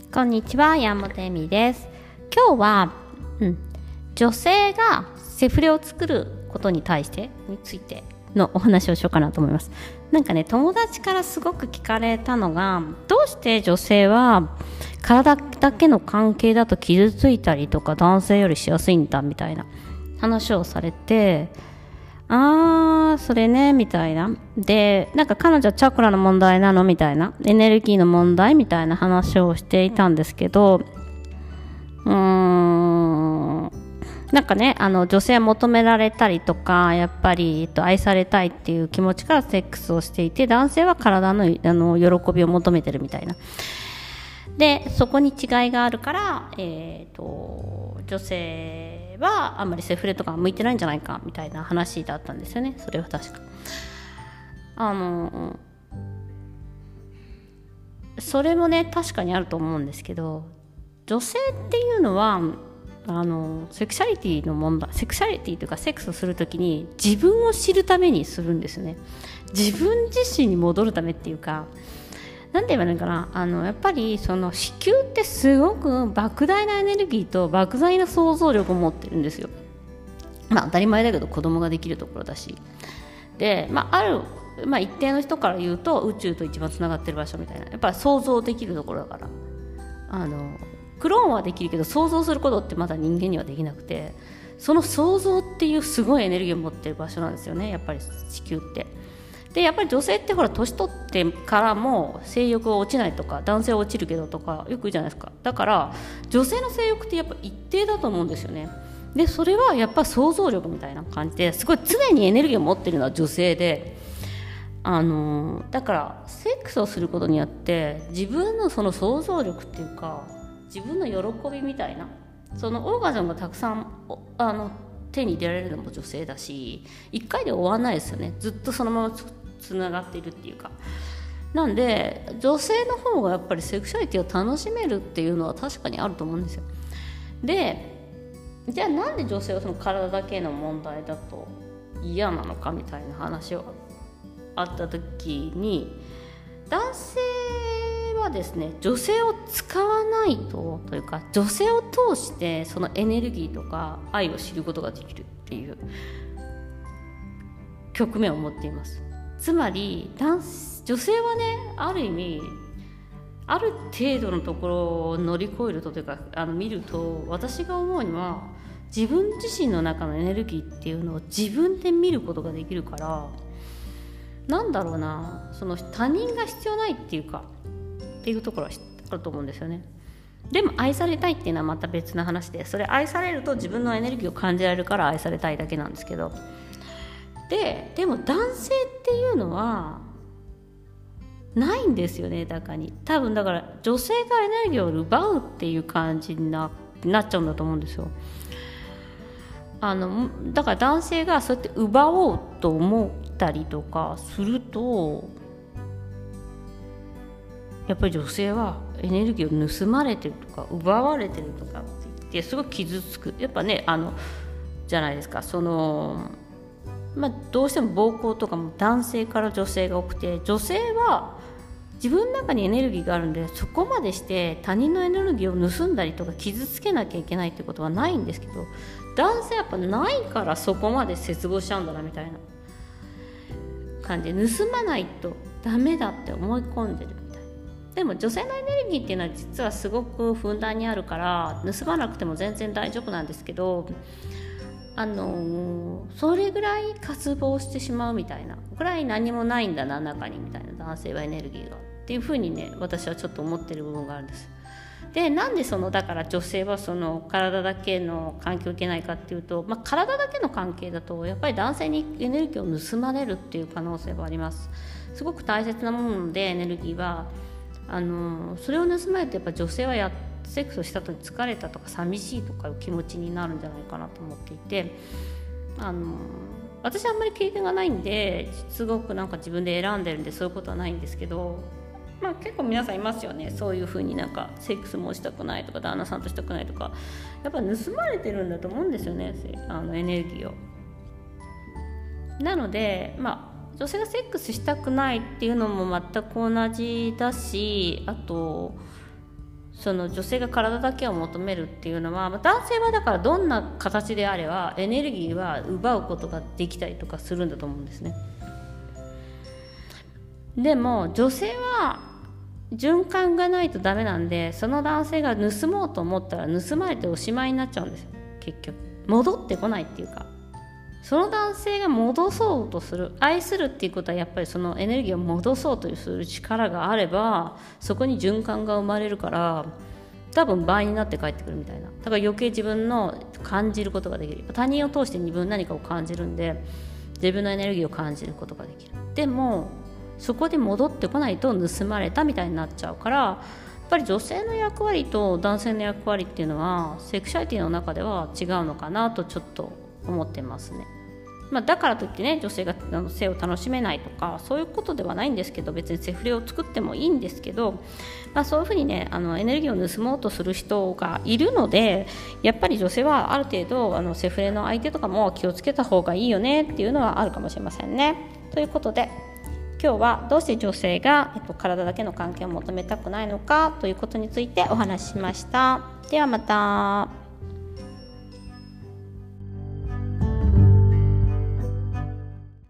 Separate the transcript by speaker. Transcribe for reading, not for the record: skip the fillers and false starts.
Speaker 1: こんにちは、山本恵美です。今日は、女性がセフレを作ることに対してについてのお話をしようかなと思います。なんかね、友達からすごく聞かれたのが、どうして女性は体だけの関係だと傷ついたりとか男性よりしやすいんだみたいな話をされて、それねみたいな。で、なんか彼女はチャクラの問題なのみたいな、エネルギーの問題みたいな話をしていたんですけど、なんかね、女性は求められたりとか、やっぱり、愛されたいっていう気持ちからセックスをしていて、男性は体の喜びを求めてるみたいな。で、そこに違いがあるから、女性はあんまりセフレとか向いてないんじゃないかみたいな話だったんですよね。それは確か。それもね、確かにあると思うんですけど、女性っていうのは、セクシャリティの問題、セクシャリティというかセックスをするときに自分を知るためにするんですよね。自分自身に戻るためっていうか、なんて言えばいいのかな、やっぱりその子宮ってすごく莫大なエネルギーと莫大な想像力を持ってるんですよ。当たり前だけど子供ができるところだし、で、一定の人から言うと宇宙と一番つながってる場所みたいな、やっぱり想像できるところだから、クローンはできるけど想像することってまだ人間にはできなくて、その想像っていうすごいエネルギーを持ってる場所なんですよね、やっぱり子宮って。で、やっぱり女性ってほら年取ってからも性欲が落ちないとか、男性は落ちるけどとかよく言うじゃないですか。だから女性の性欲ってやっぱ一定だと思うんですよね。で、それはやっぱ想像力みたいな感じですごい常にエネルギーを持ってるのは女性で、だからセックスをすることによって自分のその想像力っていうか、自分の喜びみたいな、そのオーガズムがたくさん手に入れられるのも女性だし、1回で終わらないですよね。ずっとそのままつながっているっていうか。なんで女性の方がやっぱりセクシャリティを楽しめるっていうのは確かにあると思うんですよ。で、じゃあなんで女性はその体だけの問題だと嫌なのかみたいな話をあった時に、男性はですね、女性を使わないというか、女性を通してそのエネルギーとか愛を知ることができるっていう局面を持っています。つまり女性はね、ある意味ある程度のところを乗り越えるというか、見ると、私が思うには自分自身の中のエネルギーっていうのを自分で見ることができるから、なんだろうな、その他人が必要ないっていうかっていうところはあると思うんですよね。でも愛されたいっていうのはまた別の話で、それ愛されると自分のエネルギーを感じられるから愛されたいだけなんですけど、でも男性っていうのはないんですよね。だから女性がエネルギーを奪うっていう感じになっちゃうんだと思うんですよ。だから男性がそうやって奪おうと思ったりとかすると、やっぱり女性はエネルギーを盗まれてるとか奪われてるとかって言ってすごい傷つく。やっぱね、じゃないですか、どうしても暴行とかも男性から女性が多くて、女性は自分の中にエネルギーがあるんで、そこまでして他人のエネルギーを盗んだりとか傷つけなきゃいけないってことはないんですけど、男性はやっぱないからそこまで絶望しちゃうんだなみたいな感じで、盗まないとダメだって思い込んでるみたいな。でも女性のエネルギーっていうのは実はすごくふんだんにあるから、盗まなくても全然大丈夫なんですけど、それぐらい渇望してしまうみたいなぐらい、何もないんだな中にみたいな、男性はエネルギーがっていうふうにね、私はちょっと思ってる部分があるんです。で、なんでだから女性はその体だけの関係を受けないかっていうと、体だけの関係だとやっぱり男性にエネルギーを盗まれるっていう可能性はあります。すごく大切なもので、エネルギーはそれを盗まれて、やっぱ女性はセックスをした時に疲れたとか寂しいとかいう気持ちになるんじゃないかなと思っていて、私はあんまり経験がないんですごくなんか自分で選んでるんでそういうことはないんですけど、結構皆さんいますよね。そういう風になんかセックスもしたくないとか、旦那さんとしたくないとか、やっぱ盗まれてるんだと思うんですよね、エネルギーを。なので女性がセックスしたくないっていうのも全く同じだし、あとその女性が体だけを求めるっていうのは、男性はだからどんな形であればエネルギーは奪うことができたりとかするんだと思うんですね。でも女性は循環がないとダメなんで、その男性が盗もうと思ったら盗まれておしまいになっちゃうんですよ。結局戻ってこないっていうか、その男性が戻そうとする、愛するっていうことはやっぱりそのエネルギーを戻そうとする力があればそこに循環が生まれるから、多分倍になって帰ってくるみたいな。だから余計自分の感じることができる。他人を通して自分何かを感じるんで、自分のエネルギーを感じることができる。でもそこで戻ってこないと盗まれたみたいになっちゃうから、やっぱり女性の役割と男性の役割っていうのはセクシャリティの中では違うのかなとちょっと思ってますね。だからといってね、女性が性を楽しめないとかそういうことではないんですけど、別にセフレを作ってもいいんですけど、そういうふうにねエネルギーを盗もうとする人がいるので、やっぱり女性はある程度セフレの相手とかも気をつけた方がいいよねっていうのはあるかもしれませんね。ということで今日はどうして女性が、体だけの関係を求めたくないのかということについてお話ししました。ではまた。